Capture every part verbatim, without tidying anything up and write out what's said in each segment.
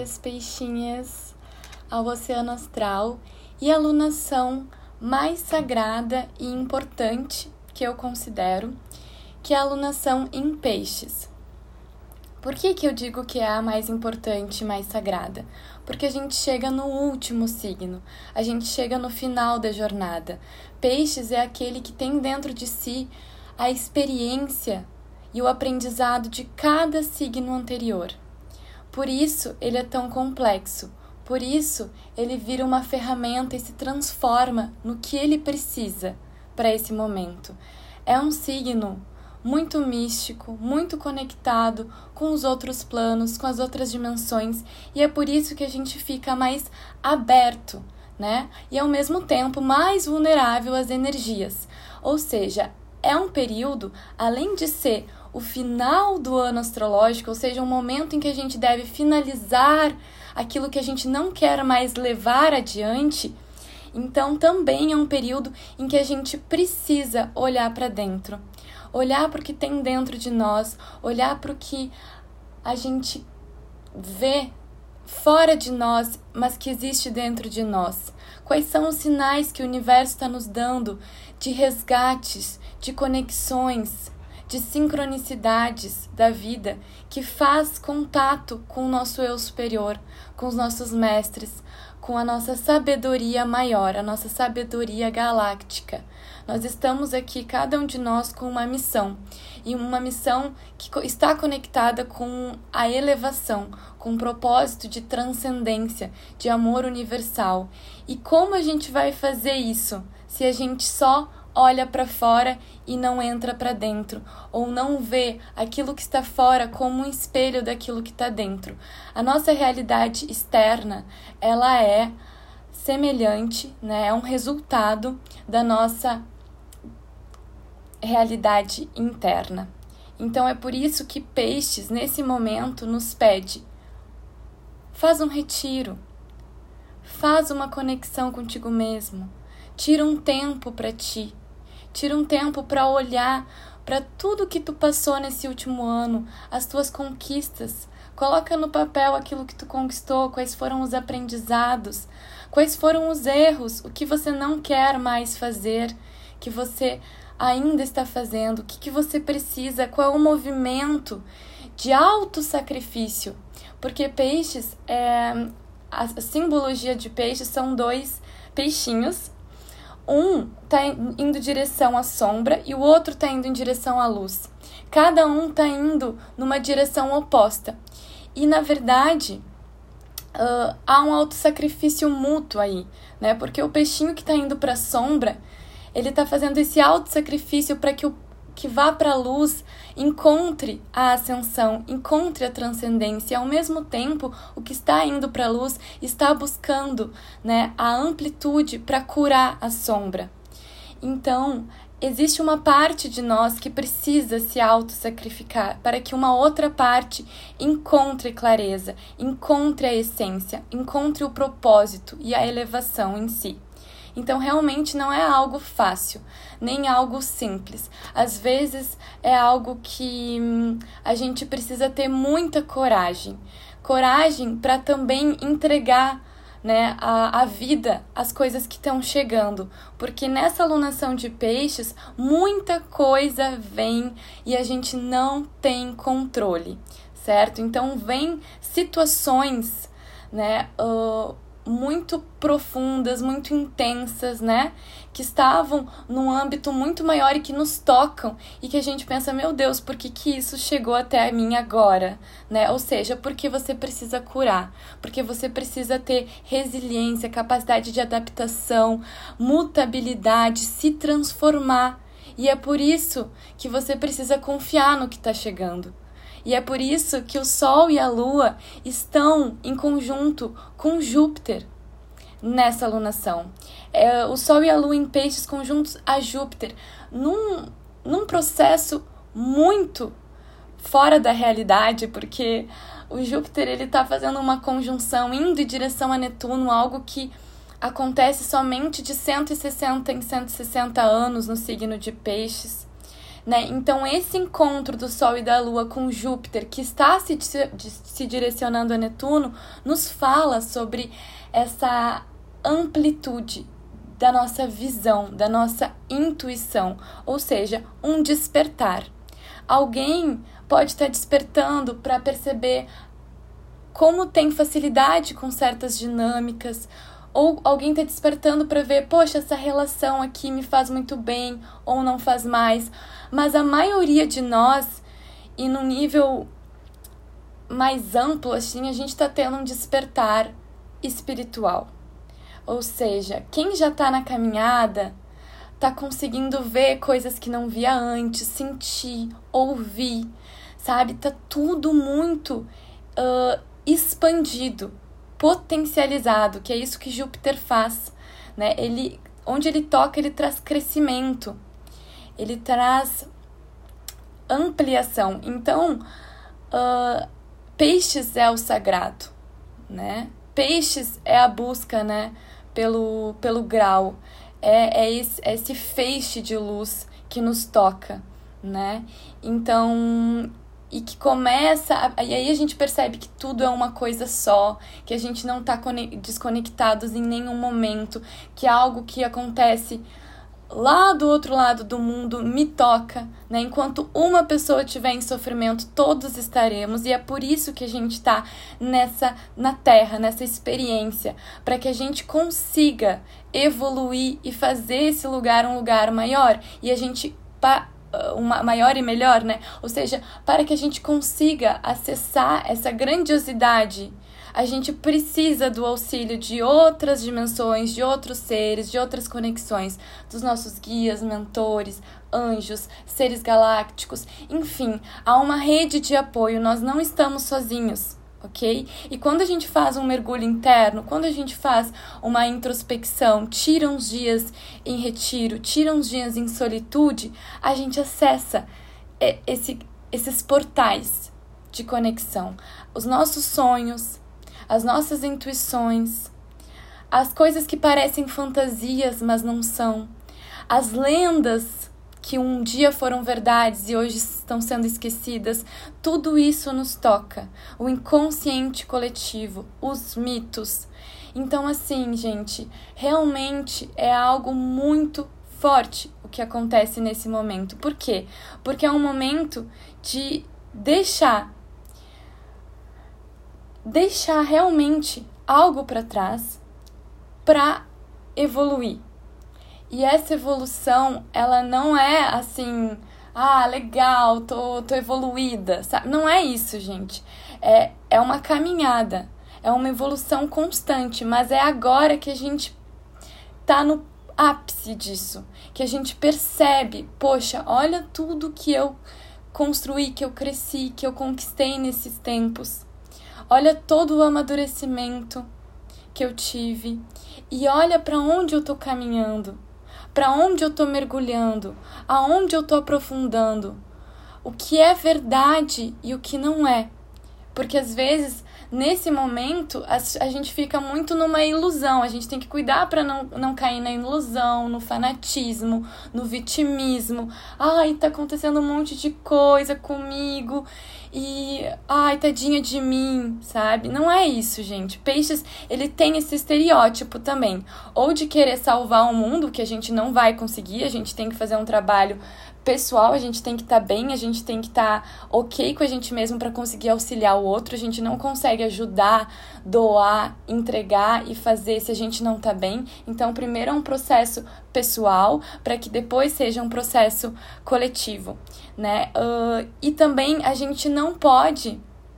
peixes, peixinhas, ao Oceano Astral e a lunação mais sagrada e importante que eu considero, que é a lunação em peixes. Por que que eu digo que é a mais importante e mais sagrada? Porque a gente chega no último signo, a gente chega no final da jornada. Peixes é aquele que tem dentro de si a experiência e o aprendizado de cada signo anterior. Por isso ele é tão complexo, por isso ele vira uma ferramenta e se transforma no que ele precisa para esse momento. É um signo muito místico, muito conectado com os outros planos, com as outras dimensões, e é por isso que a gente fica mais aberto, né? E ao mesmo tempo mais vulnerável às energias. Ou seja, é um período, além de ser o final do ano astrológico, ou seja, um momento em que a gente deve finalizar aquilo que a gente não quer mais levar adiante, então também é um período em que a gente precisa olhar para dentro. Olhar para o que tem dentro de nós, olhar para o que a gente vê fora de nós, mas que existe dentro de nós. Quais são os sinais que o universo está nos dando de resgates, de conexões, de sincronicidades da vida que faz contato com o nosso eu superior, com os nossos mestres, com a nossa sabedoria maior, a nossa sabedoria galáctica. Nós estamos aqui, cada um de nós, com uma missão, e uma missão que está conectada com a elevação, com um propósito de transcendência, de amor universal. E como a gente vai fazer isso se a gente só olha para fora e não entra para dentro, ou não vê aquilo que está fora como um espelho daquilo que está dentro? A nossa realidade externa, ela é semelhante, né? É um resultado da nossa realidade interna. Então é por isso que Peixes, nesse momento, nos pede: faz um retiro, faz uma conexão contigo mesmo, tira um tempo para ti, tira um tempo para olhar para tudo que tu passou nesse último ano, as tuas conquistas, coloca no papel aquilo que tu conquistou, quais foram os aprendizados, quais foram os erros, o que você não quer mais fazer, que você ainda está fazendo, o que, que você precisa, qual é o movimento de autossacrifício. Porque peixes, é, a simbologia de peixes são dois peixinhos, um está indo em direção à sombra e o outro está indo em direção à luz. Cada um está indo numa direção oposta. E, na verdade, uh, há um autossacrifício mútuo aí, né? Porque o peixinho que está indo para a sombra, ele está fazendo esse autossacrifício para que o que vá para a luz encontre a ascensão, encontre a transcendência. E, ao mesmo tempo, o que está indo para a luz está buscando, né, a amplitude para curar a sombra. Então, existe uma parte de nós que precisa se autossacrificar para que uma outra parte encontre clareza, encontre a essência, encontre o propósito e a elevação em si. Então, realmente não é algo fácil, nem algo simples. Às vezes, é algo que hum, a gente precisa ter muita coragem. Coragem para também entregar, né, a, a vida, as coisas que estão chegando. Porque nessa alunação de peixes, muita coisa vem e a gente não tem controle, certo? Então, vem situações, né, uh, muito profundas, muito intensas, né? Que estavam num âmbito muito maior e que nos tocam e que a gente pensa, meu Deus, por que que isso chegou até a mim agora, né? Ou seja, porque você precisa curar, porque você precisa ter resiliência, capacidade de adaptação, mutabilidade, se transformar. E é por isso que você precisa confiar no que está chegando. E é por isso que o Sol e a Lua estão em conjunto com Júpiter nessa alunação. É, o Sol e a Lua em peixes conjuntos a Júpiter, num, num processo muito fora da realidade, porque o Júpiter ele está fazendo uma conjunção, indo em direção a Netuno, algo que acontece somente de cento e sessenta em cento e sessenta anos no signo de peixes. né? Então, esse encontro do Sol e da Lua com Júpiter, que está se, se direcionando a Netuno, nos fala sobre essa amplitude da nossa visão, da nossa intuição, ou seja, um despertar. Alguém pode estar despertando para perceber como tem facilidade com certas dinâmicas, ou alguém está despertando para ver, poxa, essa relação aqui me faz muito bem ou não faz mais. Mas a maioria de nós, e num nível mais amplo, assim, a gente está tendo um despertar espiritual. Ou seja, quem já está na caminhada está conseguindo ver coisas que não via antes, sentir, ouvir, sabe? Tá tudo muito uh, expandido, potencializado, que é isso que Júpiter faz, né? Ele, onde ele toca, ele traz crescimento, ele traz ampliação. Então, uh, peixes é o sagrado, né? Peixes é a busca, né, pelo, pelo grau, é, é, esse, é esse feixe de luz que nos toca, né? Então, e que começa, a, e aí a gente percebe que tudo é uma coisa só, que a gente não está desconectados em nenhum momento, que é algo que acontece lá do outro lado do mundo me toca, né? Enquanto uma pessoa estiver em sofrimento, todos estaremos, e é por isso que a gente está nessa, na Terra, nessa experiência, para que a gente consiga evoluir e fazer esse lugar um lugar maior, e a gente, uma maior e melhor, né? Ou seja, para que a gente consiga acessar essa grandiosidade, a gente precisa do auxílio de outras dimensões, de outros seres, de outras conexões, dos nossos guias, mentores, anjos, seres galácticos, enfim, há uma rede de apoio, nós não estamos sozinhos, ok? E quando a gente faz um mergulho interno, quando a gente faz uma introspecção, tira uns dias em retiro, tira uns dias em solitude, a gente acessa esse, esses portais de conexão, os nossos sonhos, as nossas intuições, as coisas que parecem fantasias, mas não são, as lendas que um dia foram verdades e hoje estão sendo esquecidas, tudo isso nos toca, o inconsciente coletivo, os mitos. Então, assim, gente, realmente é algo muito forte o que acontece nesse momento. Por quê? Porque é um momento de deixar deixar realmente algo para trás para evoluir. E essa evolução, ela não é assim, ah, legal, tô, tô evoluída, sabe? Não é isso, gente. É, é uma caminhada, é uma evolução constante, mas é agora que a gente tá no ápice disso, que a gente percebe, poxa, olha tudo que eu construí, que eu cresci, que eu conquistei nesses tempos. Olha todo o amadurecimento que eu tive e olha para onde eu estou caminhando, para onde eu estou mergulhando, aonde eu estou aprofundando, o que é verdade e o que não é. Porque às vezes, nesse momento, a, a gente fica muito numa ilusão, a gente tem que cuidar para não, não cair na ilusão, no fanatismo, no vitimismo. Ai, tá acontecendo um monte de coisa comigo e, ai, tadinha de mim, sabe? Não é isso, gente. Peixes, ele tem esse estereótipo também, ou de querer salvar o mundo, que a gente não vai conseguir, a gente tem que fazer um trabalho pessoal, a gente tem que estar tá bem, a gente tem que estar tá ok com a gente mesmo para conseguir auxiliar o outro, a gente não consegue ajudar, doar, entregar e fazer se a gente não tá bem. Então, primeiro é um processo pessoal para que depois seja um processo coletivo, né? Uh, e também a gente não pode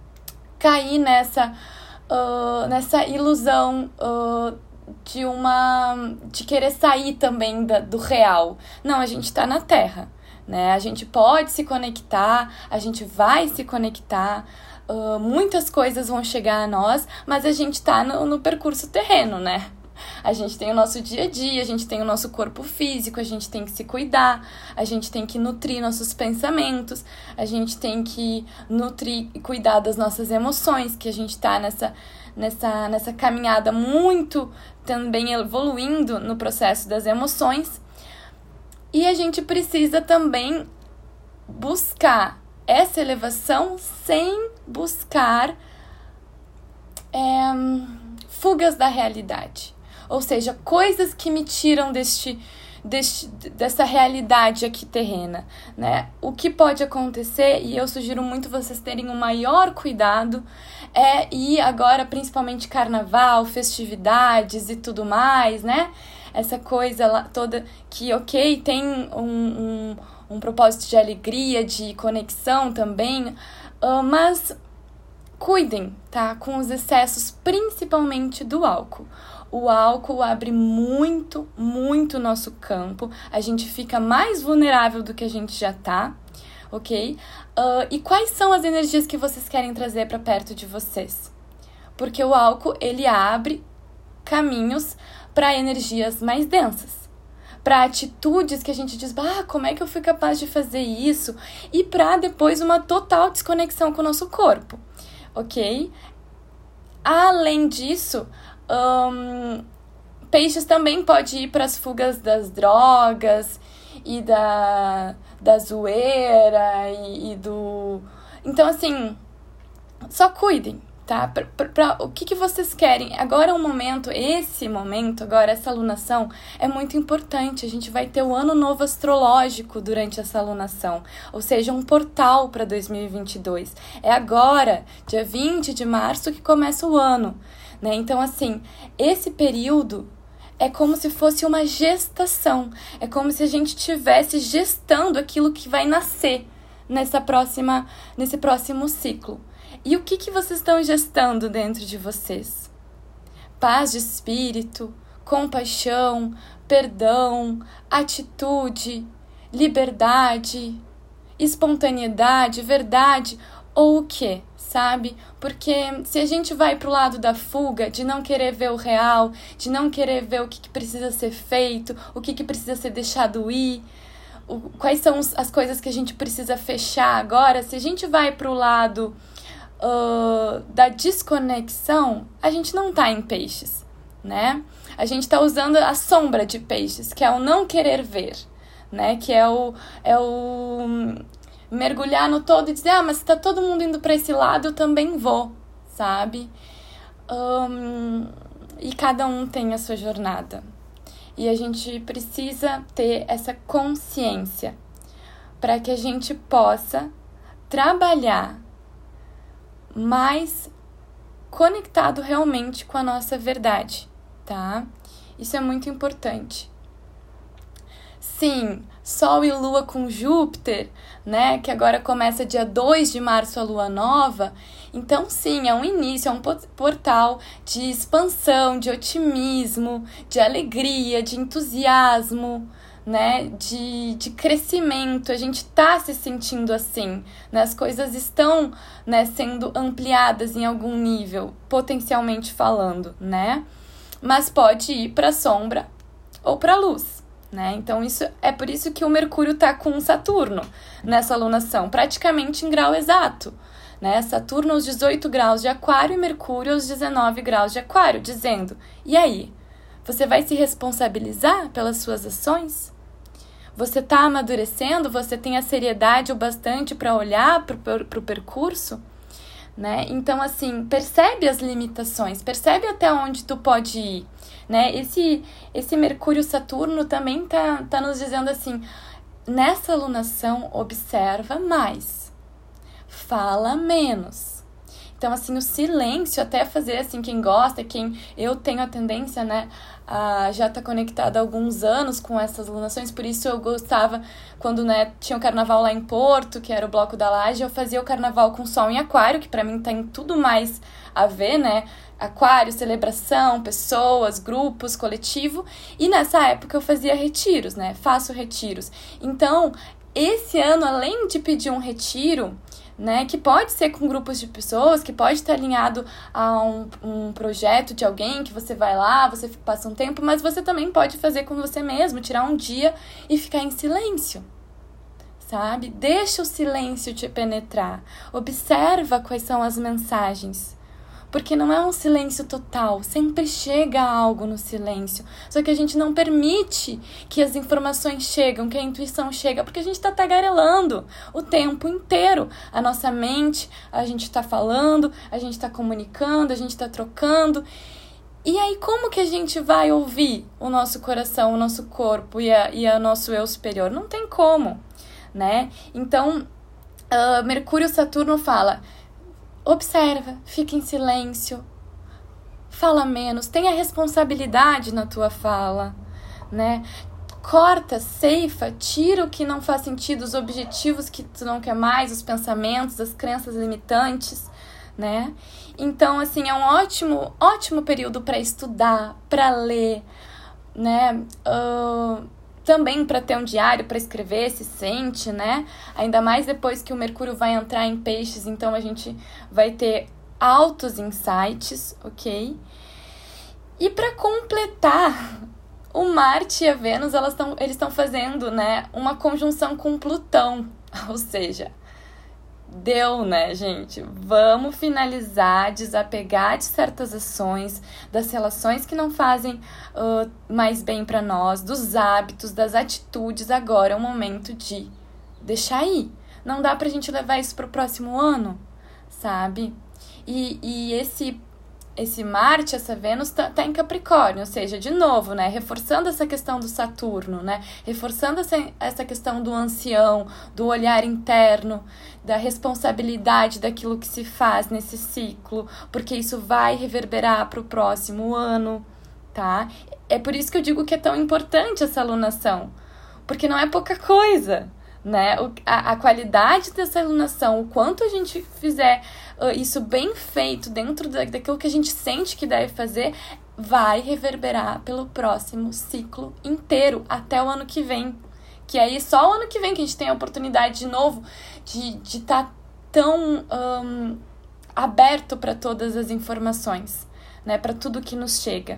cair nessa, uh, nessa ilusão uh, de uma de querer sair também da, do real. Não, a gente tá na Terra, né? A gente pode se conectar, a gente vai se conectar, uh, muitas coisas vão chegar a nós, mas a gente tá no, no percurso terreno, né? A gente tem o nosso dia a dia, a gente tem o nosso corpo físico, a gente tem que se cuidar, a gente tem que nutrir nossos pensamentos, a gente tem que nutrir e cuidar das nossas emoções, que a gente tá nessa, nessa, nessa caminhada muito também evoluindo no processo das emoções. E a gente precisa também buscar essa elevação sem buscar é, fugas da realidade. Ou seja, coisas que me tiram deste, deste, dessa realidade aqui terrena, né? O que pode acontecer, e eu sugiro muito vocês terem um maior cuidado, é ir agora, principalmente carnaval, festividades e tudo mais, né? Essa coisa lá toda que, ok, tem um, um, um propósito de alegria, de conexão também, uh, mas cuidem, tá? Com os excessos, principalmente do álcool. O álcool abre muito, muito nosso campo. A gente fica mais vulnerável do que a gente já tá, ok? Uh, e quais são as energias que vocês querem trazer para perto de vocês? Porque o álcool, ele abre caminhos para energias mais densas, para atitudes que a gente diz, ah, como é que eu fui capaz de fazer isso? E para depois uma total desconexão com o nosso corpo, ok? Além disso, um, peixes também pode ir para as fugas das drogas e da, da zoeira e, e do... Então, assim, só cuidem, tá? Pra, pra, pra, o que, que vocês querem? Agora é um momento, esse momento, agora essa alunação é muito importante. A gente vai ter o ano novo astrológico durante essa alunação, ou seja, um portal para dois mil e vinte e dois. É agora, dia vinte de março, que começa o ano, né? Então, assim, esse período é como se fosse uma gestação, é como se a gente estivesse gestando aquilo que vai nascer nessa próxima, nesse próximo ciclo. E o que, que vocês estão gestando dentro de vocês? Paz de espírito, compaixão, perdão, atitude, liberdade, espontaneidade, verdade, ou o quê? Sabe? Porque se a gente vai pro lado da fuga, de não querer ver o real, de não querer ver o que, que precisa ser feito, o que, que precisa ser deixado ir, o, quais são as coisas que a gente precisa fechar agora, se a gente vai pro lado uh, da desconexão, a gente não tá em peixes, né? A gente tá usando a sombra de peixes, que é o não querer ver, né? Que é o... É o mergulhar no todo e dizer, ah, mas se tá todo mundo indo para esse lado, eu também vou, sabe? Um, e cada um tem a sua jornada. E a gente precisa ter essa consciência para que a gente possa trabalhar mais conectado realmente com a nossa verdade, tá? Isso é muito importante. Sim, Sol e Lua com Júpiter, né? Que agora começa dia dois de março a Lua Nova. Então, sim, é um início, é um portal de expansão, de otimismo, de alegria, de entusiasmo, né? De, de crescimento. A gente tá se sentindo assim, né? As coisas estão, né, sendo ampliadas em algum nível, potencialmente falando, né? Mas pode ir para a sombra ou para a luz. Né? Então, isso, é por isso que o Mercúrio está com Saturno nessa alunação, praticamente em grau exato. Né? Saturno aos dezoito graus de Aquário e Mercúrio aos dezenove graus de Aquário, dizendo, e aí? Você vai se responsabilizar pelas suas ações? Você está amadurecendo? Você tem a seriedade o bastante para olhar para o percurso? Né? Então, assim, percebe as limitações, percebe até onde tu pode ir, né? Esse, esse Mercúrio-Saturno também tá, tá nos dizendo assim, nessa alunação, observa mais, fala menos. Então, assim, o silêncio, até fazer, assim, quem gosta, quem... Eu tenho a tendência, né, a já tá conectada há alguns anos com essas alunações, por isso eu gostava, quando, né, tinha o carnaval lá em Porto, que era o Bloco da Laje, eu fazia o carnaval com Sol em Aquário, que pra mim tem tudo mais a ver, né, Aquário, celebração, pessoas, grupos, coletivo, e nessa época eu fazia retiros, né, faço retiros. Então, esse ano, além de pedir um retiro, né, que pode ser com grupos de pessoas, que pode estar alinhado a um, um projeto de alguém, que você vai lá, você passa um tempo, mas você também pode fazer com você mesmo, tirar um dia e ficar em silêncio, sabe? Deixa o silêncio te penetrar, observa quais são as mensagens, porque não é um silêncio total, sempre chega algo no silêncio, só que a gente não permite que as informações chegam, que a intuição chega, porque a gente está tagarelando o tempo inteiro. A nossa mente, a gente está falando, a gente está comunicando, a gente está trocando. E aí, como que a gente vai ouvir o nosso coração, o nosso corpo e a, e a nosso eu superior? Não tem como, né? Então, uh, Mercúrio Saturno fala, observa, fica em silêncio, fala menos, tenha responsabilidade na tua fala, né? Corta, ceifa, tira o que não faz sentido, os objetivos que tu não quer mais, os pensamentos, as crenças limitantes, né? Então, assim, é um ótimo, ótimo período para estudar, para ler, né? Uh, também para ter um diário, para escrever, se sente, né? Ainda mais depois que o Mercúrio vai entrar em Peixes, então a gente vai ter altos insights, ok? E para completar, o Marte e a Vênus, elas tão, eles estão fazendo, né, uma conjunção com Plutão, ou seja... Deu, né, gente? Vamos finalizar, desapegar de certas ações, das relações que não fazem uh, mais bem para nós, dos hábitos, das atitudes. Agora é o momento de deixar ir. Não dá pra gente levar isso pro próximo ano, sabe? E, e esse, esse Marte, essa Vênus, tá, tá em Capricórnio, ou seja, de novo, né? Reforçando essa questão do Saturno, né? Reforçando essa, essa questão do ancião, do olhar interno, da responsabilidade daquilo que se faz nesse ciclo, porque isso vai reverberar para o próximo ano, tá? É por isso que eu digo que é tão importante essa alunação, porque não é pouca coisa, né? O, a, a qualidade dessa alunação, o quanto a gente fizer uh, isso bem feito dentro da, daquilo que a gente sente que deve fazer, vai reverberar pelo próximo ciclo inteiro, até o ano que vem. Que aí só o ano que vem que a gente tem a oportunidade de novo de de estar tá tão um, aberto para todas as informações, né? Para tudo que nos chega.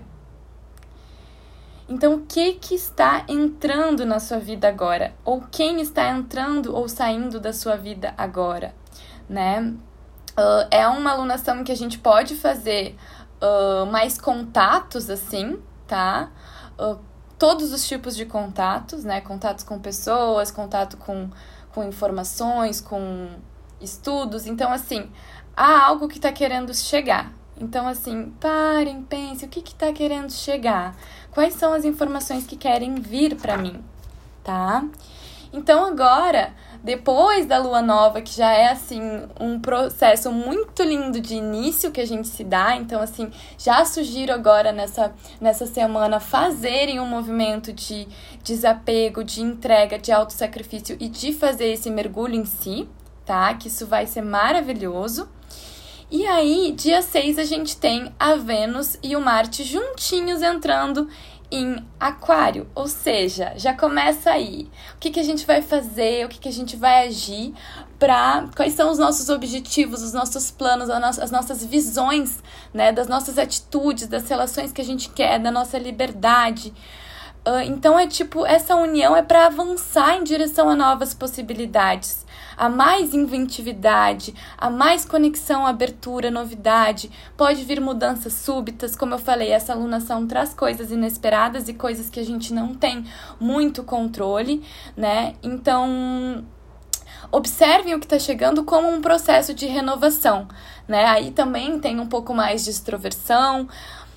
Então, o que, que está entrando na sua vida agora? Ou quem está entrando ou saindo da sua vida agora, né? Uh, é uma alunação que a gente pode fazer uh, mais contatos, assim, tá? Uh, todos os tipos de contatos, né? Contatos com pessoas, contato com, com informações, com estudos. Então, assim, há algo que está querendo chegar. Então, assim, parem, pensem, o que está querendo chegar? Quais são as informações que querem vir para mim, tá? Então, agora, depois da lua nova, que já é, assim, um processo muito lindo de início que a gente se dá, então, assim, já sugiro agora nessa, nessa semana fazerem um movimento de desapego, de entrega, de autossacrifício e de fazer esse mergulho em si, tá? Que isso vai ser maravilhoso. E aí, dia seis, a gente tem a Vênus e o Marte juntinhos entrando em Aquário, ou seja, já começa aí. O que, que a gente vai fazer, o que, que a gente vai agir para... Quais são os nossos objetivos, os nossos planos, as nossas visões, né, das nossas atitudes, das relações que a gente quer, da nossa liberdade. Uh, então, é tipo, essa união é para avançar em direção a novas possibilidades, a mais inventividade, a mais conexão, abertura, novidade. Pode vir mudanças súbitas, como eu falei, essa alunação traz coisas inesperadas e coisas que a gente não tem muito controle, né? Então, observem o que está chegando como um processo de renovação, né? Aí também tem um pouco mais de extroversão,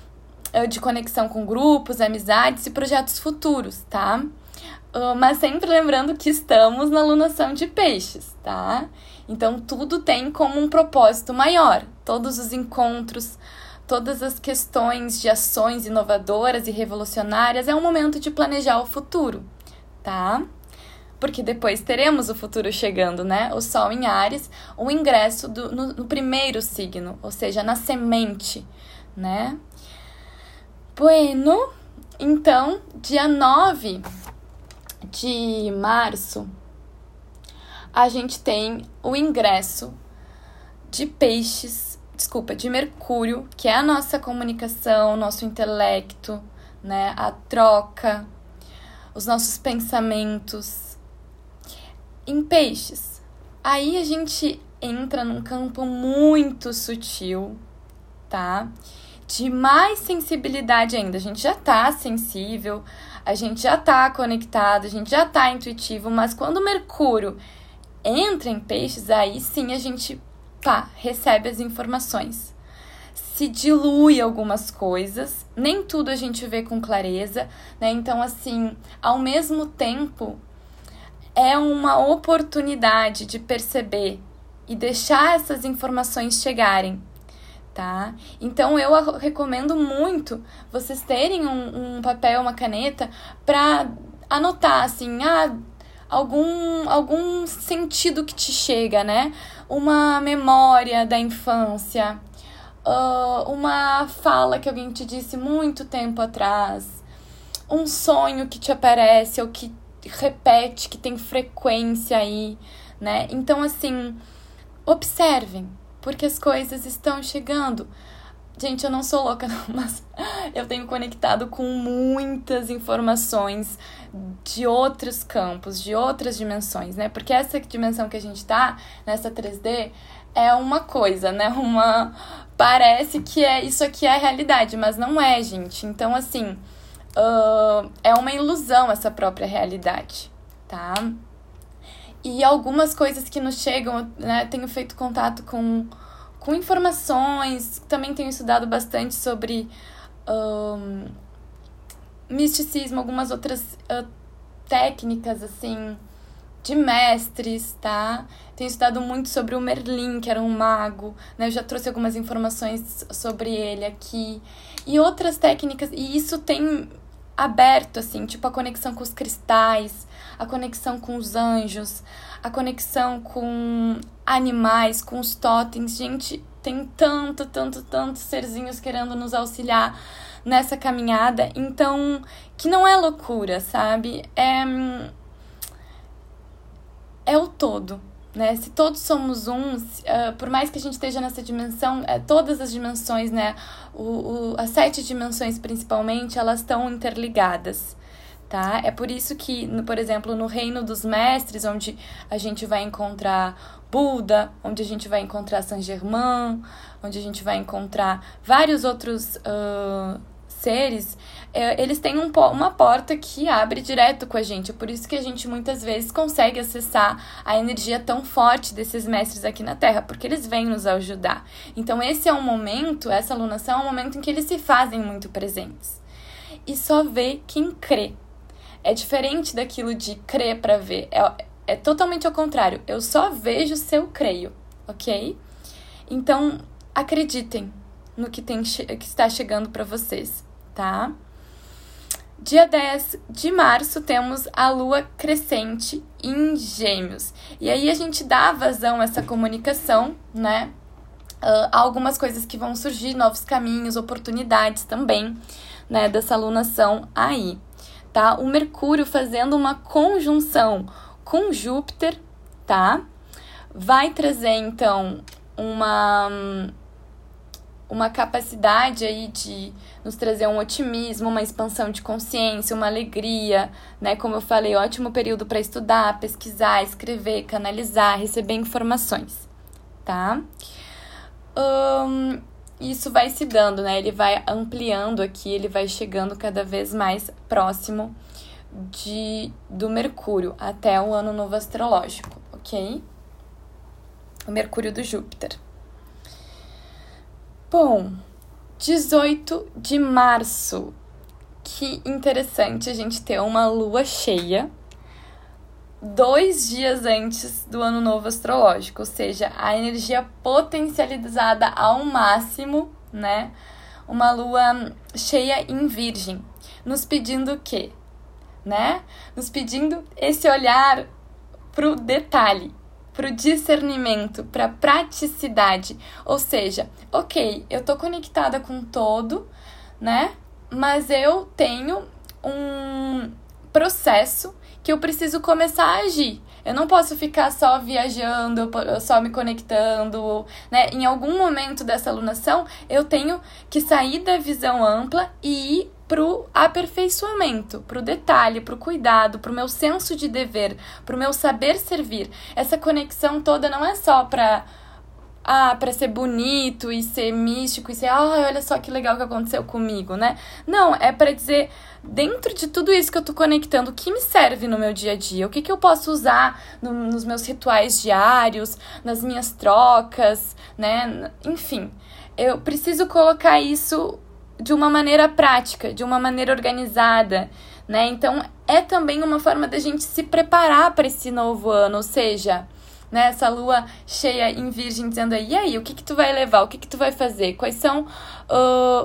de conexão com grupos, amizades e projetos futuros, tá? Uh, mas sempre lembrando que estamos na alunação de peixes, tá? Então, tudo tem como um propósito maior. Todos os encontros, todas as questões de ações inovadoras e revolucionárias, é um momento de planejar o futuro, tá? Porque depois teremos o futuro chegando, né? O Sol em Áries, o ingresso do, no, no primeiro signo, ou seja, na semente, né? Bueno, então, dia nove de março, a gente tem o ingresso de peixes, desculpa, de Mercúrio, que é a nossa comunicação, nosso intelecto, né, a troca, os nossos pensamentos. Em peixes, aí a gente entra num campo muito sutil, tá? De mais sensibilidade ainda. A gente já tá sensível, a gente já tá conectado, a gente já tá intuitivo, mas quando o Mercúrio entra em peixes, aí sim a gente, pá, recebe as informações. Se dilui algumas coisas, nem tudo a gente vê com clareza, né? Então, assim, ao mesmo tempo, é uma oportunidade de perceber e deixar essas informações chegarem, tá? Então, eu recomendo muito vocês terem um, um papel, uma caneta, para anotar, assim, ah, algum, algum sentido que te chega, né? Uma memória da infância, uh, uma fala que alguém te disse muito tempo atrás, um sonho que te aparece ou que repete, que tem frequência aí, né? Então, assim, observem, porque as coisas estão chegando. Gente, eu não sou louca, não, mas eu tenho conectado com muitas informações de outros campos, de outras dimensões, né? Porque essa dimensão que a gente tá, nessa três D, é uma coisa, né? Uma... Parece que é isso aqui é a realidade, mas não é, gente. Então, assim, uh, é uma ilusão essa própria realidade, tá? E algumas coisas que nos chegam, né? Tenho feito contato com... com informações, também tenho estudado bastante sobre um, misticismo, algumas outras uh, técnicas, assim, de mestres, tá? Tenho estudado muito sobre o Merlin, que era um mago, né? Eu já trouxe algumas informações sobre ele aqui. E outras técnicas, e isso tem aberto, assim, tipo a conexão com os cristais, a conexão com os anjos, a conexão com animais, com os totens. Gente, tem tanto, tanto, tantos serzinhos querendo nos auxiliar nessa caminhada. Então, que não é loucura, sabe? É, é o todo, né? Se todos somos um, uh, por mais que a gente esteja nessa dimensão, é, todas as dimensões, né? O, o, as sete dimensões, principalmente, elas estão interligadas. Tá? É por isso que, por exemplo, no Reino dos Mestres, onde a gente vai encontrar Buda, onde a gente vai encontrar Saint-Germain, onde a gente vai encontrar vários outros uh, seres, é, eles têm um, uma porta que abre direto com a gente. É por isso que a gente muitas vezes consegue acessar a energia tão forte desses mestres aqui na Terra, porque eles vêm nos ajudar. Então esse é um momento, essa alunação é um momento em que eles se fazem muito presentes. E só vê quem crê. É diferente daquilo de crer para ver. É, é totalmente ao contrário. Eu só vejo se eu creio, ok? Então, acreditem no que, tem, que está chegando para vocês, tá? Dia dez de março temos a lua crescente em Gêmeos. E aí a gente dá vazão a essa comunicação, né? Uh, há algumas coisas que vão surgir, novos caminhos, oportunidades também, né? Dessa alunação aí. Tá? O Mercúrio fazendo uma conjunção com Júpiter, tá? Vai trazer, então, uma, uma capacidade aí de nos trazer um otimismo, uma expansão de consciência, uma alegria, né? Como eu falei, ótimo período para estudar, pesquisar, escrever, canalizar, receber informações, tá? Um, isso vai se dando, né? Ele vai ampliando aqui, ele vai chegando cada vez mais próximo de, do Mercúrio, até o ano novo astrológico, ok? O Mercúrio do Júpiter. Bom, dezoito de março. Que interessante a gente ter uma lua cheia dois dias antes do ano novo astrológico, ou seja, a energia potencializada ao máximo, né? Uma lua cheia em Virgem, nos pedindo o quê? Né? Nos pedindo esse olhar pro detalhe, pro discernimento, pra praticidade. Ou seja, ok, eu tô conectada com todo, né? Mas eu tenho um processo que eu preciso começar a agir. Eu não posso ficar só viajando, só me conectando, né? Em algum momento dessa alunação, eu tenho que sair da visão ampla e ir pro aperfeiçoamento, pro detalhe, pro cuidado, pro meu senso de dever, pro meu saber servir. Essa conexão toda não é só para ah, para ser bonito e ser místico e ser, ah, olha só que legal que aconteceu comigo, né? Não, é para dizer, dentro de tudo isso que eu tô conectando, o que me serve no meu dia a dia? O que, que eu posso usar no, nos meus rituais diários, nas minhas trocas, né? Enfim, eu preciso colocar isso de uma maneira prática, de uma maneira organizada, né? Então, é também uma forma da gente se preparar para esse novo ano, ou seja, né, essa lua cheia em Virgem dizendo aí, e aí, o que que tu vai levar, o que que tu vai fazer, quais são, uh,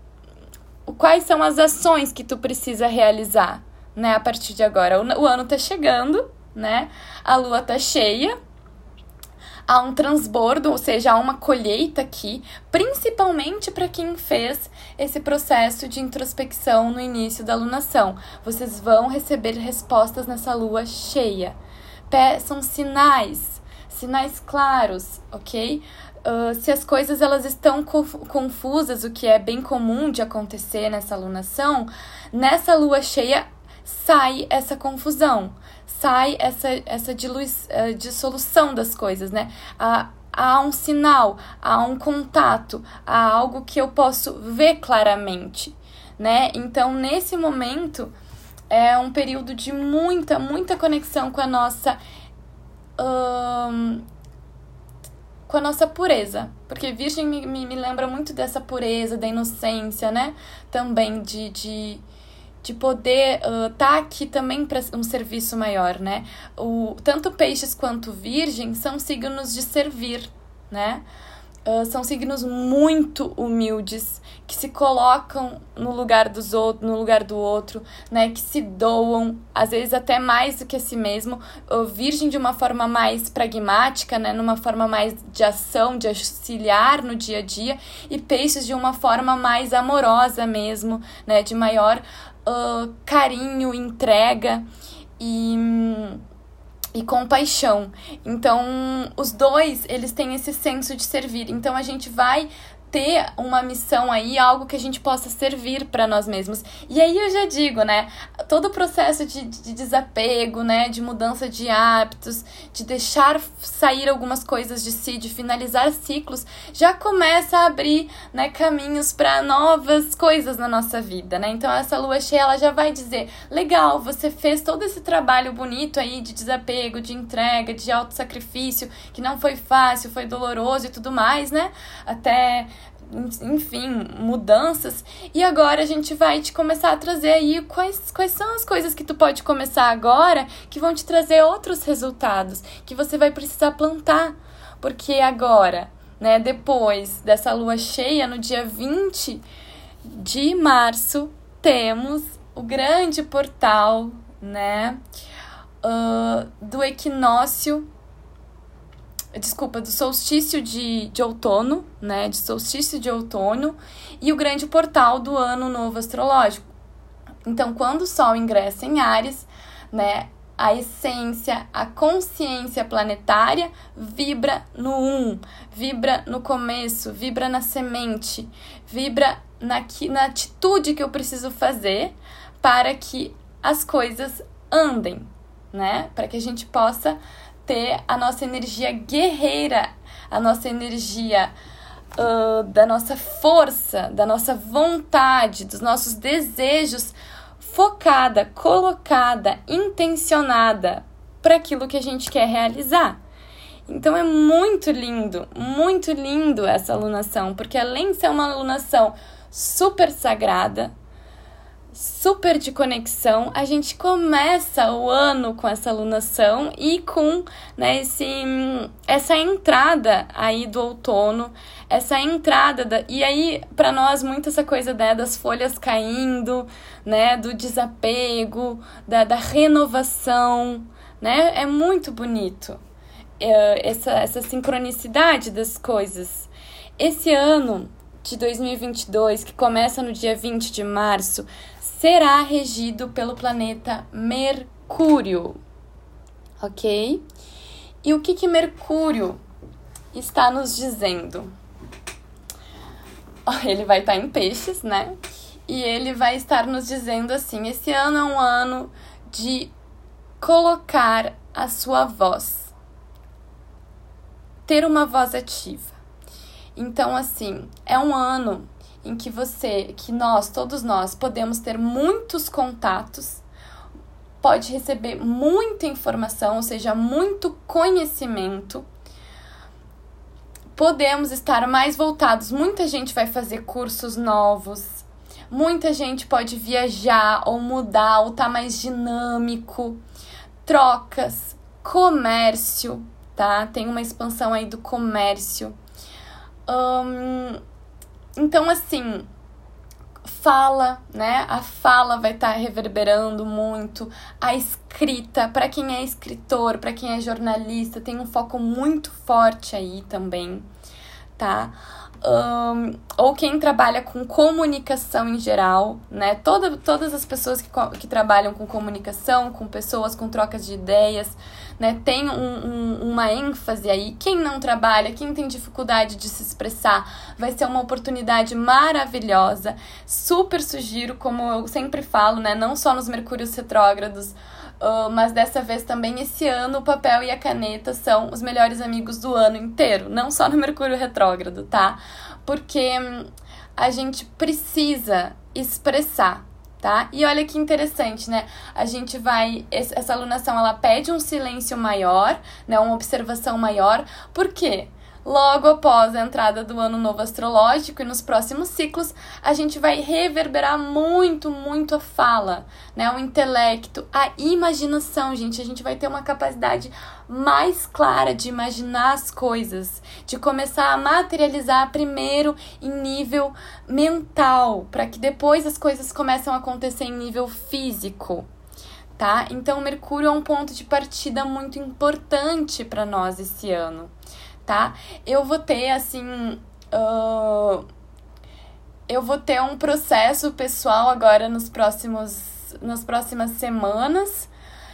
quais são as ações que tu precisa realizar, né, a partir de agora. O, o ano tá chegando, né, a lua tá cheia, há um transbordo, ou seja, há uma colheita aqui, principalmente para quem fez esse processo de introspecção no início da lunação. Vocês vão receber respostas nessa lua cheia. São sinais, sinais claros, ok? Uh, se as coisas elas estão confusas, o que é bem comum de acontecer nessa lunação, nessa lua cheia sai essa confusão, sai essa, essa dilui, uh, dissolução das coisas, né? Há, há um sinal, há um contato, há algo que eu posso ver claramente, né? Então, nesse momento, é um período de muita, muita conexão com a nossa... Um, com a nossa pureza. Porque Virgem me, me, me lembra muito dessa pureza, da inocência, né? Também de, de, de poder estar uh, tá aqui também para um serviço maior, né? O, tanto Peixes quanto Virgem são signos de servir, né? Uh, são signos muito humildes, que se colocam no lugar dos outros, no lugar do outro, né? Que se doam, às vezes até mais do que a si mesmo. Uh, Virgem de uma forma mais pragmática, né? Numa forma mais de ação, de auxiliar no dia a dia. E Peixes de uma forma mais amorosa mesmo, né? De maior uh, carinho, entrega e... e compaixão. Então, os dois, eles têm esse senso de servir. Então, a gente vai ter uma missão aí, algo que a gente possa servir para nós mesmos. E aí eu já digo, né, todo o processo de, de desapego, né, de mudança de hábitos, de deixar sair algumas coisas de si, de finalizar ciclos, já começa a abrir, né, caminhos para novas coisas na nossa vida, né? Então essa lua cheia, ela já vai dizer, legal, você fez todo esse trabalho bonito aí de desapego, de entrega, de autossacrifício, que não foi fácil, foi doloroso e tudo mais, né? Até... enfim, mudanças, e agora a gente vai te começar a trazer aí quais, quais são as coisas que tu pode começar agora que vão te trazer outros resultados, que você vai precisar plantar, porque agora, né, depois dessa lua cheia, no dia vinte de março, temos o grande portal, né, uh, do equinócio, Desculpa, do solstício de, de outono, né? De solstício de outono e o grande portal do ano novo astrológico. Então, quando o Sol ingressa em Áries, né? A essência, a consciência planetária vibra no um, vibra no começo, vibra na semente, vibra na, na atitude que eu preciso fazer para que as coisas andem, né? Para que a gente possa ter a nossa energia guerreira, a nossa energia uh, da nossa força, da nossa vontade, dos nossos desejos focada, colocada, intencionada para aquilo que a gente quer realizar. Então é muito lindo, muito lindo essa alunação, porque além de ser uma alunação super sagrada, super de conexão, a gente começa o ano com essa alunação e com, né, esse, essa entrada aí do outono, essa entrada, da, e aí para nós muito essa coisa, né, das folhas caindo, né, do desapego, da, da renovação, né, é muito bonito é, essa, essa sincronicidade das coisas. Esse ano de dois mil e vinte e dois, que começa no dia vinte de março, será regido pelo planeta Mercúrio, ok? E o que que Mercúrio está nos dizendo? Ele vai estar em Peixes, né? E ele vai estar nos dizendo assim, esse ano é um ano de colocar a sua voz. ter uma voz ativa. Então, assim, é um ano em que você, que nós, todos nós, podemos ter muitos contatos, pode receber muita informação, ou seja, muito conhecimento. Podemos estar mais voltados, muita gente vai fazer cursos novos, muita gente pode viajar ou mudar, ou estar mais dinâmico, trocas, comércio, tá? Tem uma expansão aí do comércio. Hum, então, assim, fala, né? A fala vai estar reverberando muito. A escrita, para quem é escritor, para quem é jornalista, tem um foco muito forte aí também, tá? Um, ou quem trabalha com comunicação em geral, né? Toda, todas as pessoas que, que trabalham com comunicação, com pessoas, com trocas de ideias, né? Tem um, um, uma ênfase aí. Quem não trabalha, quem tem dificuldade de se expressar, vai ser uma oportunidade maravilhosa. Super sugiro, como eu sempre falo, né? Não só nos Mercúrios retrógrados, Uh, mas dessa vez também esse ano o papel e a caneta são os melhores amigos do ano inteiro, não só no Mercúrio retrógrado, tá? Porque hum, a gente precisa expressar, tá? E olha que interessante, né? A gente vai... Essa alunação, ela pede um silêncio maior, né? Uma observação maior. Por quê? Logo após a entrada do ano novo astrológico e nos próximos ciclos, a gente vai reverberar muito, muito a fala, né? O intelecto, a imaginação, gente. A gente vai ter uma capacidade mais clara de imaginar as coisas, de começar a materializar primeiro em nível mental, para que depois as coisas comecem a acontecer em nível físico, tá? Então, Mercúrio é um ponto de partida muito importante para nós esse ano. Tá? Eu vou ter, assim, uh, eu vou ter um processo pessoal agora nos próximos, nas próximas semanas,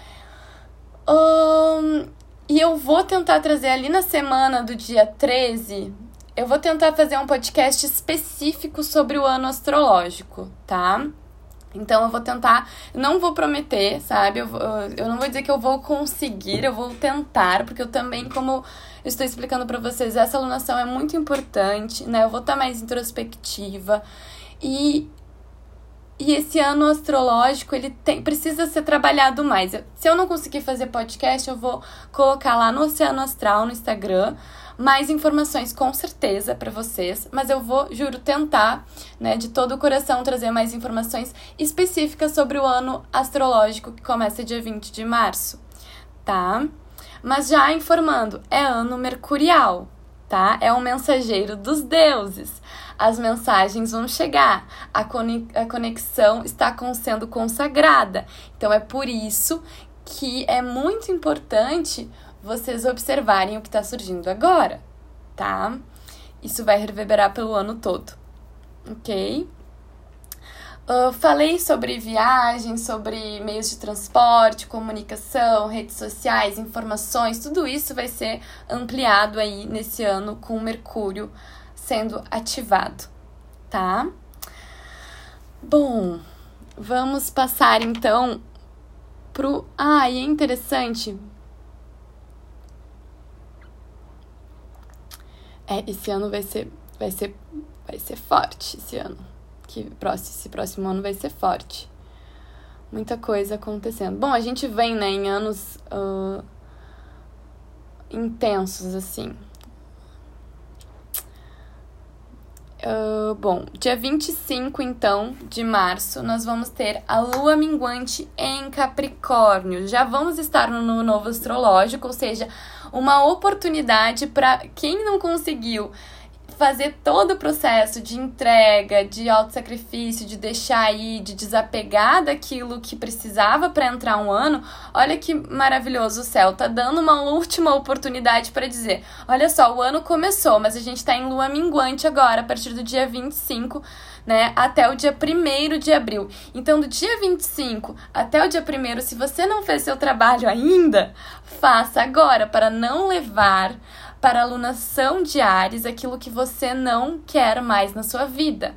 uh, e eu vou tentar trazer ali na semana do dia treze, eu vou tentar fazer um podcast específico sobre o ano astrológico, tá? Então, eu vou tentar, não vou prometer, sabe? Eu, eu não vou dizer que eu vou conseguir, eu vou tentar, porque eu também, como eu estou explicando para vocês, essa alunação é muito importante, né? Eu vou estar mais introspectiva e, e esse ano astrológico, ele tem, precisa ser trabalhado mais. Se eu não conseguir fazer podcast, eu vou colocar lá no Oceano Astral, no Instagram, mais informações com certeza para vocês, mas eu vou, juro, tentar, né, de todo o coração trazer mais informações específicas sobre o ano astrológico que começa dia vinte de março, tá? Mas já informando, é ano mercurial, tá? É um mensageiro dos deuses. As mensagens vão chegar, a conexão está sendo consagrada. Então é por isso que é muito importante vocês observarem o que está surgindo agora, tá? Isso vai reverberar pelo ano todo, ok? Uh, falei sobre viagens, sobre meios de transporte, comunicação, redes sociais, informações, tudo isso vai ser ampliado aí nesse ano com o Mercúrio sendo ativado, tá? Bom, vamos passar então pro... Ah, e é interessante... É, esse ano vai ser, vai ser, vai ser forte, esse ano. Que próximo, esse próximo ano vai ser forte. Muita coisa acontecendo. Bom, a gente vem, né, em anos uh, intensos, assim. Uh, bom, dia vinte e cinco, então, de março, nós vamos ter a lua minguante em Capricórnio. Já vamos estar no novo astrológico, ou seja, uma oportunidade para quem não conseguiu fazer todo o processo de entrega, de autossacrifício, de deixar aí, de desapegar daquilo que precisava para entrar um ano. Olha que maravilhoso, o céu tá dando uma última oportunidade para dizer, olha só, o ano começou, mas a gente tá em lua minguante agora, a partir do dia vinte e cinco, né, até o dia primeiro de abril. Então, do dia vinte e cinco até o dia primeiro, se você não fez seu trabalho ainda, faça agora, para não levar para a alunação de Áries aquilo que você não quer mais na sua vida,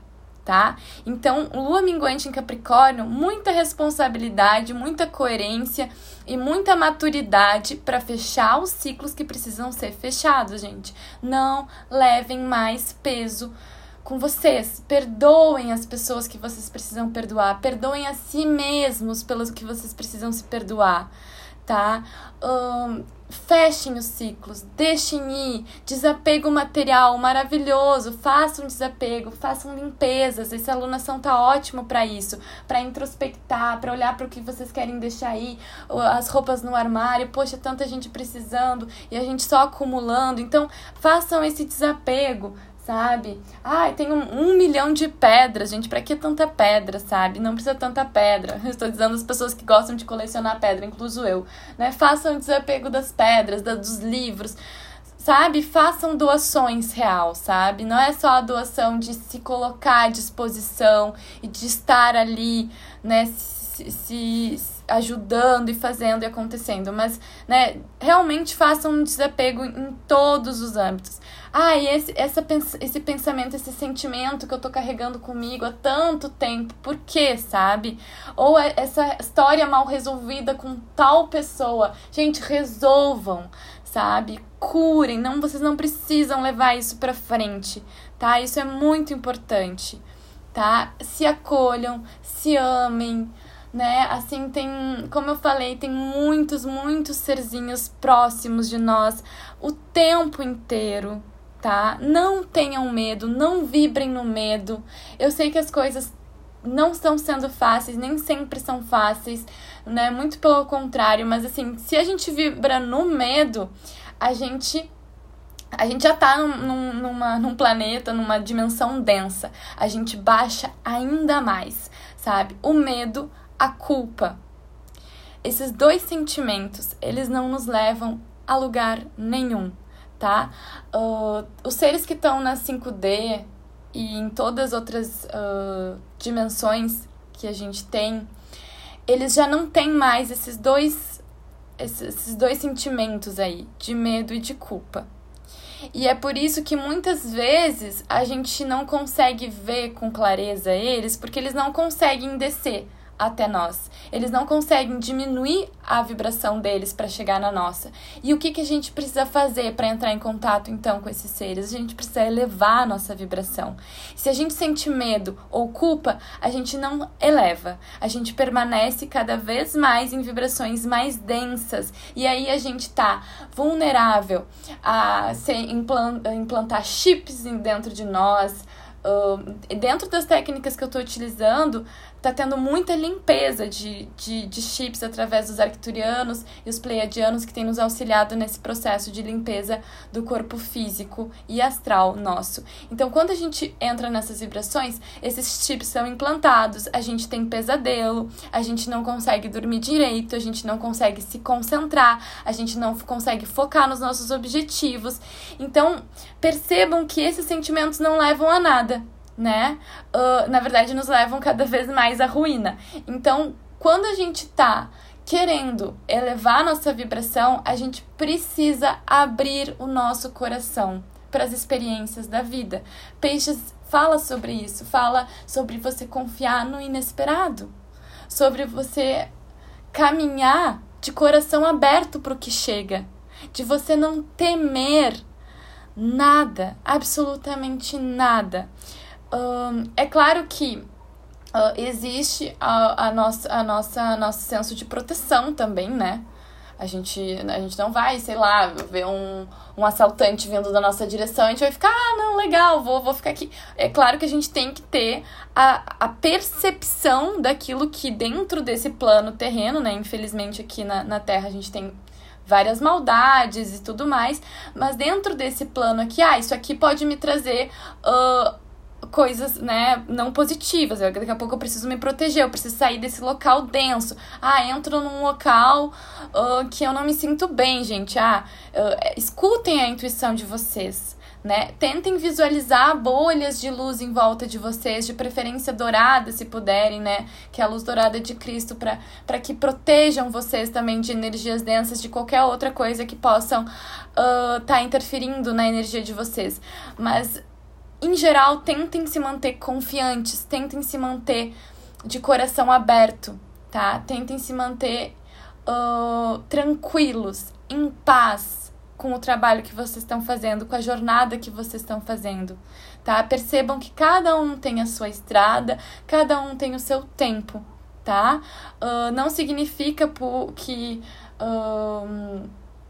tá? Então, lua minguante em Capricórnio, muita responsabilidade, muita coerência e muita maturidade para fechar os ciclos que precisam ser fechados, gente. Não levem mais peso com vocês. Perdoem as pessoas que vocês precisam perdoar. Perdoem a si mesmos pelos que vocês precisam se perdoar, tá? Um, fechem os ciclos, deixem ir, desapego material maravilhoso, façam desapego, façam limpezas. Essa alunação tá ótimo para isso, para introspectar, para olhar para o que vocês querem deixar aí, as roupas no armário, poxa, tanta gente precisando e a gente só acumulando. Então, façam esse desapego, sabe? Ai, tem um, um milhão de pedras, gente. Pra que tanta pedra, sabe? Não precisa tanta pedra. Eu estou dizendo as pessoas que gostam de colecionar pedra, incluso eu, né? Façam desapego das pedras, da, dos livros, sabe? Façam doações real, sabe? Não é só a doação de se colocar à disposição e de estar ali, né? Se, se ajudando e fazendo e acontecendo, mas, né? Realmente façam um desapego em todos os âmbitos. Ah, e esse, essa, esse pensamento, esse sentimento que eu tô carregando comigo há tanto tempo, por quê, sabe? Ou essa história mal resolvida com tal pessoa. Gente, resolvam, sabe? Curem, não, vocês não precisam levar isso pra frente, tá? Isso é muito importante, tá? Se acolham, se amem, né? Assim, tem, como eu falei, tem muitos, muitos serzinhos próximos de nós o tempo inteiro, tá? Não tenham medo, não vibrem no medo. Eu sei que as coisas não estão sendo fáceis, nem sempre são fáceis, né? Muito pelo contrário, mas assim, se a gente vibra no medo, a gente... A gente já tá num, numa, num planeta, numa dimensão densa. A gente baixa ainda mais, sabe? O medo, a culpa. Esses dois sentimentos, eles não nos levam a lugar nenhum, tá? Uh, os seres que estão na cinco D e em todas as outras uh, dimensões que a gente tem, eles já não têm mais esses dois, esses, esses dois sentimentos aí, de medo e de culpa. E é por isso que muitas vezes a gente não consegue ver com clareza eles, porque eles não conseguem descer até nós. Eles não conseguem diminuir a vibração deles para chegar na nossa. E o que, que a gente precisa fazer para entrar em contato, então, com esses seres? A gente precisa elevar a nossa vibração. Se a gente sente medo ou culpa, a gente não eleva. A gente permanece cada vez mais em vibrações mais densas. E aí a gente tá vulnerável a ser implantar chips dentro de nós. Uh, dentro das técnicas que eu tô utilizando, tá tendo muita limpeza de, de, de chips através dos arcturianos e os pleiadianos que têm nos auxiliado nesse processo de limpeza do corpo físico e astral nosso. Então, quando a gente entra nessas vibrações, esses chips são implantados, a gente tem pesadelo, a gente não consegue dormir direito, a gente não consegue se concentrar, a gente não consegue focar nos nossos objetivos. Então, percebam que esses sentimentos não levam a nada, né? Uh, na verdade, nos levam cada vez mais à ruína. Então, quando a gente tá querendo elevar a nossa vibração, a gente precisa abrir o nosso coração para as experiências da vida. Peixes fala sobre isso, fala sobre você confiar no inesperado, sobre você caminhar de coração aberto para o que chega, de você não temer nada, absolutamente nada. Um, é claro que uh, existe a, a nossa, a nossa, nosso senso de proteção também, né? A gente, a gente não vai, sei lá, ver um, um assaltante vindo da nossa direção e a gente vai ficar, ah, não, legal, vou, vou ficar aqui. É claro que a gente tem que ter a, a percepção daquilo que dentro desse plano terreno, né? Infelizmente aqui na, na Terra a gente tem várias maldades e tudo mais, mas dentro desse plano aqui, ah, isso aqui pode me trazer uh, coisas, né, não positivas. Eu, daqui a pouco eu preciso me proteger, eu preciso sair desse local denso. Ah, entro num local uh, que eu não me sinto bem, gente. Ah, uh, escutem a intuição de vocês, né? Tentem visualizar bolhas de luz em volta de vocês, de preferência dourada, se puderem, né? Que é a luz dourada de Cristo, para para que protejam vocês também de energias densas, de qualquer outra coisa que possam estar uh, tá interferindo na energia de vocês. Mas em geral, tentem se manter confiantes, tentem se manter de coração aberto, tá? Tentem se manter uh, tranquilos, em paz com o trabalho que vocês estão fazendo, com a jornada que vocês estão fazendo, tá? Percebam que cada um tem a sua estrada, cada um tem o seu tempo, tá? Uh, não significa que... Uh,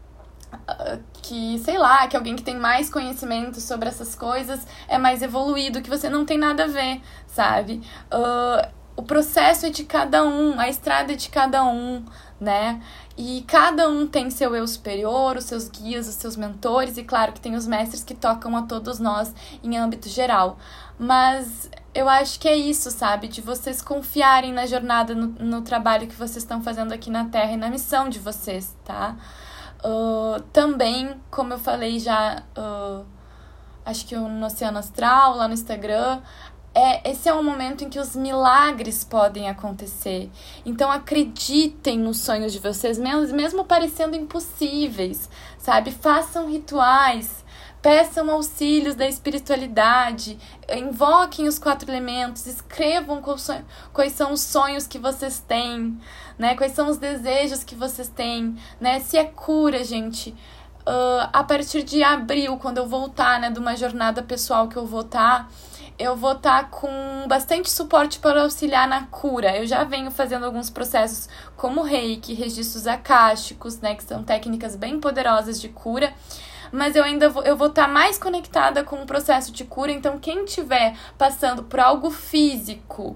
que, sei lá, que alguém que tem mais conhecimento sobre essas coisas é mais evoluído, que você não tem nada a ver, sabe? Uh, o processo é de cada um, a estrada é de cada um, né? E cada um tem seu eu superior, os seus guias, os seus mentores, e claro que tem os mestres que tocam a todos nós em âmbito geral. Mas eu acho que é isso, sabe? De vocês confiarem na jornada, no, no trabalho que vocês estão fazendo aqui na Terra e na missão de vocês, tá? Uh, também, como eu falei já, uh, acho que no Oceano Astral, lá no Instagram, é, esse é um momento em que os milagres podem acontecer. Então acreditem nos sonhos de vocês, mesmo, mesmo parecendo impossíveis, sabe? Façam rituais, peçam auxílios da espiritualidade, invoquem os quatro elementos, escrevam quais são os sonhos que vocês têm, né? Quais são os desejos que vocês têm, né? Se é cura, gente, uh, a partir de abril, quando eu voltar, né, de uma jornada pessoal que eu vou estar, eu vou estar com bastante suporte para auxiliar na cura. Eu já venho fazendo alguns processos como reiki, registros akáshicos, né, que são técnicas bem poderosas de cura, mas eu ainda vou, eu vou estar mais conectada com o processo de cura. Então quem estiver passando por algo físico,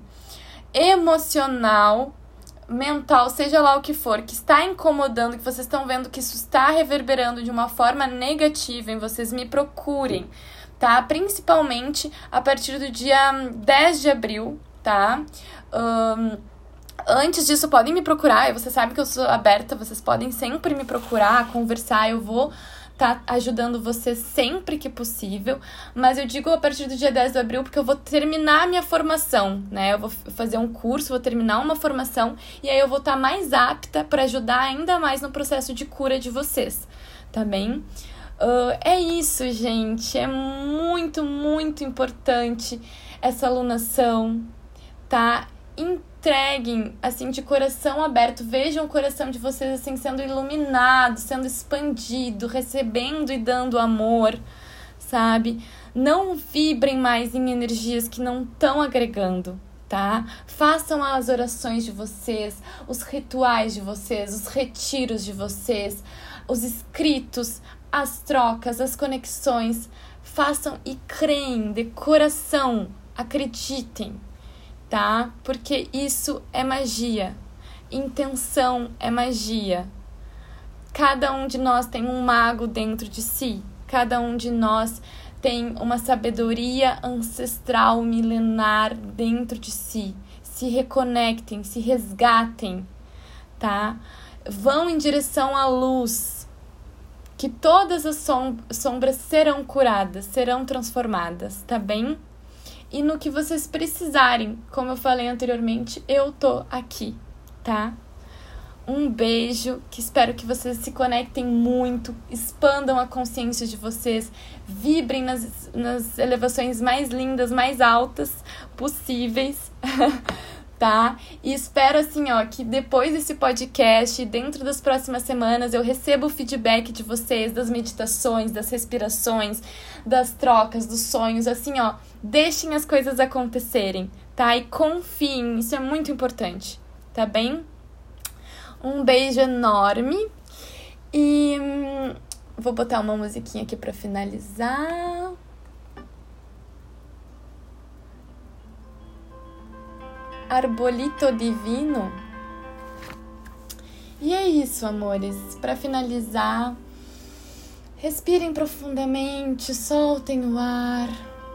emocional, mental, seja lá o que for, que está incomodando, que vocês estão vendo que isso está reverberando de uma forma negativa em vocês, me procurem, tá? Principalmente a partir do dia dez de abril, tá? Um, antes disso, podem me procurar, você sabe que eu sou aberta, vocês podem sempre me procurar, conversar, eu vou tá ajudando você sempre que possível, mas eu digo a partir do dia dez de abril porque eu vou terminar a minha formação, né? Eu vou fazer um curso, vou terminar uma formação e aí eu vou estar mais apta para ajudar ainda mais no processo de cura de vocês, tá bem? Uh, é isso, gente, é muito, muito importante essa alunação, tá? Entreguem, assim, de coração aberto, vejam o coração de vocês, assim, sendo iluminado, sendo expandido, recebendo e dando amor, sabe? Não vibrem mais em energias que não estão agregando, tá? Façam as orações de vocês, os rituais de vocês, os retiros de vocês, os escritos, as trocas, as conexões, façam e creem de coração, acreditem, tá? Porque isso é magia. Intenção é magia. Cada um de nós tem um mago dentro de si. Cada um de nós tem uma sabedoria ancestral milenar dentro de si. Se reconectem, se resgatem, tá? Vão em direção à luz. Que todas as som- sombras serão curadas, serão transformadas, tá bem? E no que vocês precisarem, como eu falei anteriormente, eu tô aqui, tá? Um beijo, que espero que vocês se conectem muito, expandam a consciência de vocês, vibrem nas, nas elevações mais lindas, mais altas possíveis, tá? E espero, assim, ó, que depois desse podcast, dentro das próximas semanas, eu receba o feedback de vocês, das meditações, das respirações, das trocas, dos sonhos, assim, ó, deixem as coisas acontecerem, tá? E confiem, isso é muito importante, tá bem? Um beijo enorme e hum, vou botar uma musiquinha aqui pra finalizar. Arbolito Divino. E é isso, amores. Pra finalizar, respirem profundamente, soltem o ar.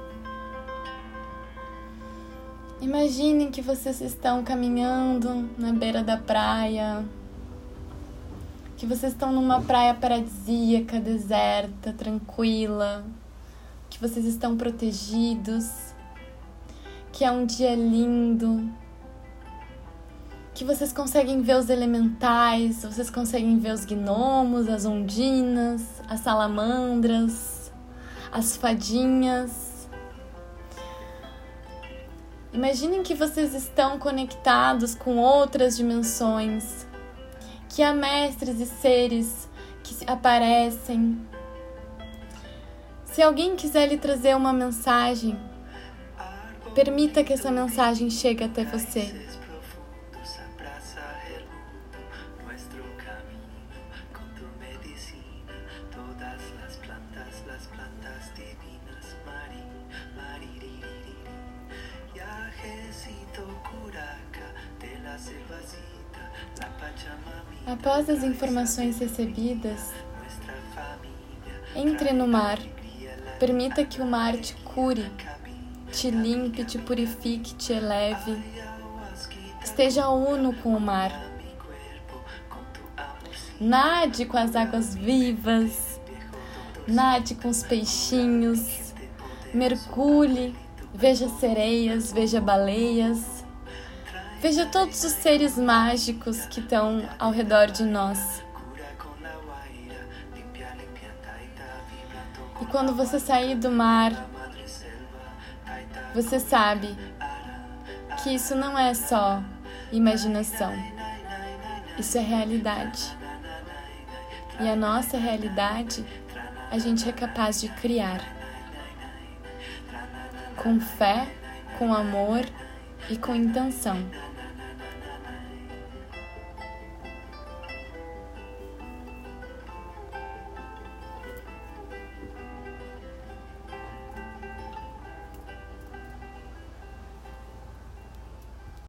Imaginem que vocês estão caminhando na beira da praia, que vocês estão numa praia paradisíaca, deserta, tranquila, que vocês estão protegidos, que é um dia lindo, que vocês conseguem ver os elementais, vocês conseguem ver os gnomos, as ondinas, as salamandras, as fadinhas, Imaginem que vocês estão conectados com outras dimensões, que há mestres e seres que aparecem. Se alguém quiser lhe trazer uma mensagem, permita que essa mensagem chegue até você. Após as informações recebidas, entre no mar. Permita que o mar te cure, te limpe, te purifique, te eleve. Esteja uno com o mar. Nade com as águas vivas, nade com os peixinhos, mergulhe, veja sereias, veja baleias, veja todos os seres mágicos que estão ao redor de nós. E quando você sair do mar, você sabe que isso não é só imaginação, isso é realidade. E a nossa realidade, a gente é capaz de criar. Com fé, com amor e com intenção.